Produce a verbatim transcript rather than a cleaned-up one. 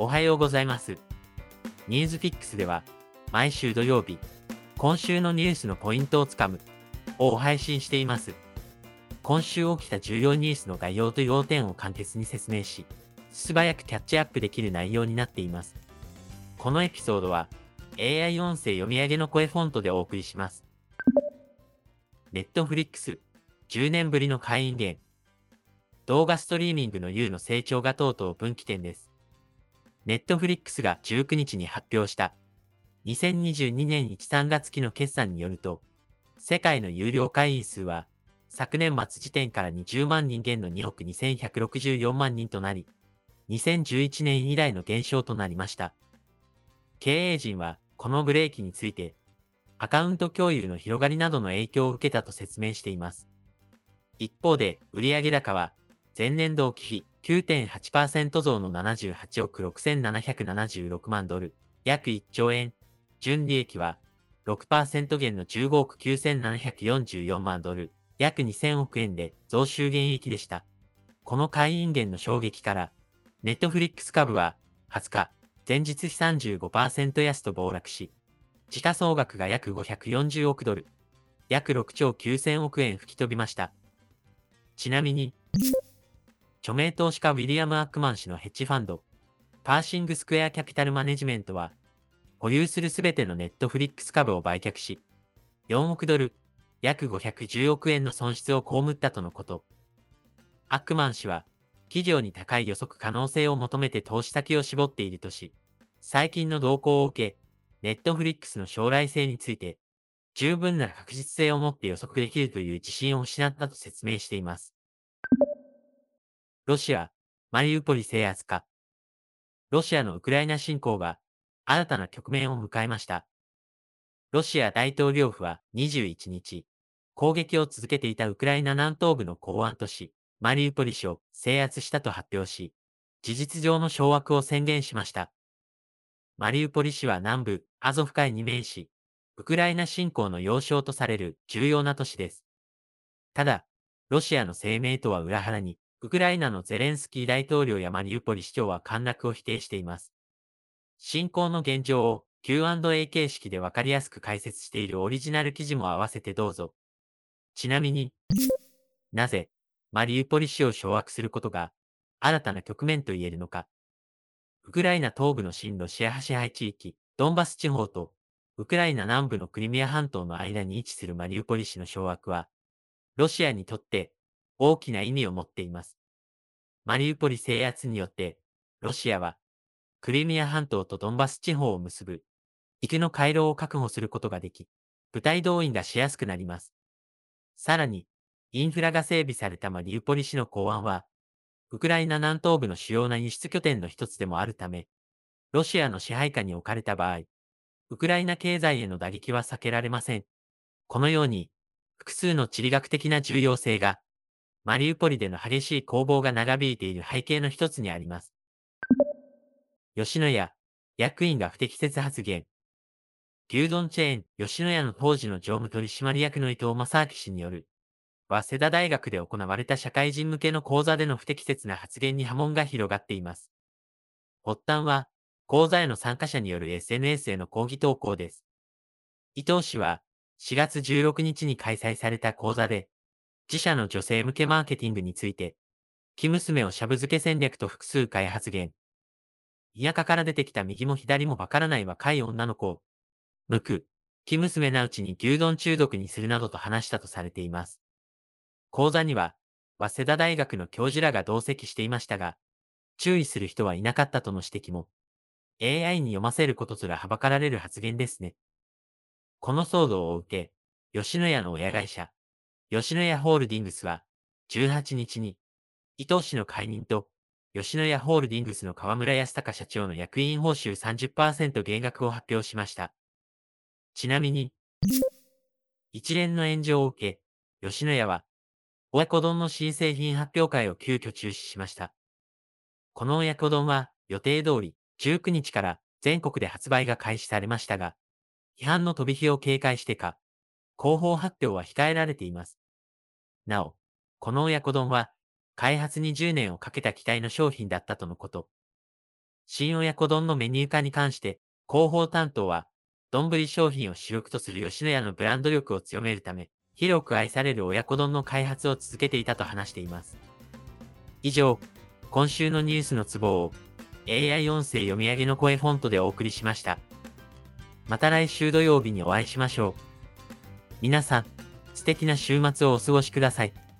おはようございます。ニュースフィックスでは、毎週土曜日、今週のニュースのポイントをつかむ、を配信しています。今週起きた重要ニュースの概要と要点を簡潔に説明し、素早くキャッチアップできる内容になっています。このエピソードは、エーアイ 音声読み上げの声フォントでお送りします。ネットフリックス、じゅうねんぶりの会員減。動画ストリーミングの U の成長がとうとう分岐点です。ネットフリックスがじゅうくにちに発表したにせんにじゅうにねんいち、さんがつ期の決算によると、世界の有料会員数は昨年末時点からにじゅうまんにん減のにおくにせんひゃくろくじゅうよんまんにんとなり、にせんじゅういちねん以来の減少となりました。経営陣はこのブレーキについて、アカウント共有の広がりなどの影響を受けたと説明しています。一方で、売上高は前年同期比 きゅうてんはちパーセント 増のななじゅうはちおくろくせんななひゃくななじゅうろくまんドル、約いっちょうえん。純利益は ろくパーセント 減のじゅうごおくきゅうせんななひゃくよんじゅうよんまんドル、約にせんおくえんで増収減益でした。この会員減の衝撃から、ネットフリックス株ははつか、前日比 さんじゅうごパーセント 安と暴落し、時価総額が約ごひゃくよんじゅうおくドル、約ろくちょうきゅうせんおくえん吹き飛びました。ちなみに、著名投資家ウィリアム・アックマン氏のヘッジファンド、パーシングスクエアキャピタルマネジメントは、保有するすべてのネットフリックス株を売却し、よんおくドル、約ごひゃくじゅうおくえんの損失を被ったとのこと。アックマン氏は、企業に高い予測可能性を求めて投資先を絞っているとし、最近の動向を受け、ネットフリックスの将来性について、十分な確実性を持って予測できるという自信を失ったと説明しています。ロシア、マリウポリ制圧か。ロシアのウクライナ侵攻が新たな局面を迎えました。ロシア大統領府はにじゅういちにち、攻撃を続けていたウクライナ南東部の港湾都市、マリウポリ市を制圧したと発表し、事実上の掌握を宣言しました。マリウポリ市は南部、アゾフ海に面し、ウクライナ侵攻の要衝とされる重要な都市です。ただ、ロシアの声明とは裏腹に、ウクライナのゼレンスキー大統領やマリウポリ市長は陥落を否定しています。侵攻の現状を キューアンドエー 形式でわかりやすく解説しているオリジナル記事も合わせてどうぞ。ちなみに、なぜ、マリウポリ市を掌握することが、新たな局面と言えるのか。ウクライナ東部の親ロシア派支配地域、ドンバス地方と、ウクライナ南部のクリミア半島の間に位置するマリウポリ市の掌握は、ロシアにとって大きな意味を持っています。マリウポリ制圧によって、ロシアは、クリミア半島とドンバス地方を結ぶ、陸の回廊を確保することができ、部隊動員がしやすくなります。さらに、インフラが整備されたマリウポリ市の港湾は、ウクライナ南東部の主要な輸出拠点の一つでもあるため、ロシアの支配下に置かれた場合、ウクライナ経済への打撃は避けられません。このように、複数の地理学的な重要性が、マリウポリでの激しい攻防が長引いている背景の一つにあります。吉野家、役員が不適切発言。牛丼チェーン、吉野家の当時の常務取締役の伊藤正明氏による、早稲田大学で行われた社会人向けの講座での不適切な発言に波紋が広がっています。発端は、講座への参加者による エスエヌエス への抗議投稿です。伊藤氏は、しがつじゅうろくにちに開催された講座で、自社の女性向けマーケティングについて、生娘をシャブ漬け戦略と複数回発言。田舎から出てきた右も左もわからない若い女の子を、むく、生娘なうちに牛丼中毒にするなどと話したとされています。講座には、早稲田大学の教授らが同席していましたが、注意する人はいなかったとの指摘も、エーアイ に読ませることすらはばかられる発言ですね。この騒動を受け、吉野家の親会社、吉野家ホールディングスは、じゅうはちにちに、伊藤氏の解任と、吉野家ホールディングスの河村康隆社長の役員報酬 さんじゅっパーセント 減額を発表しました。ちなみに、一連の炎上を受け、吉野家は、親子丼の新製品発表会を急遽中止しました。この親子丼は、予定通り、じゅうくにちから全国で発売が開始されましたが、批判の飛び火を警戒してか、広報発表は控えられています。なお、この親子丼は、開発にじゅうねんをかけた期待の商品だったとのこと。 新親子丼のメニュー化に関して、広報担当は、丼商品を主力とする吉野家のブランド力を強めるため、広く愛される親子丼の開発を続けていたと話しています。以上、今週のニュースのツボを エーアイ 音声読み上げの声フォントでお送りしました。また来週土曜日にお会いしましょう。皆さん、素敵な週末をお過ごしください。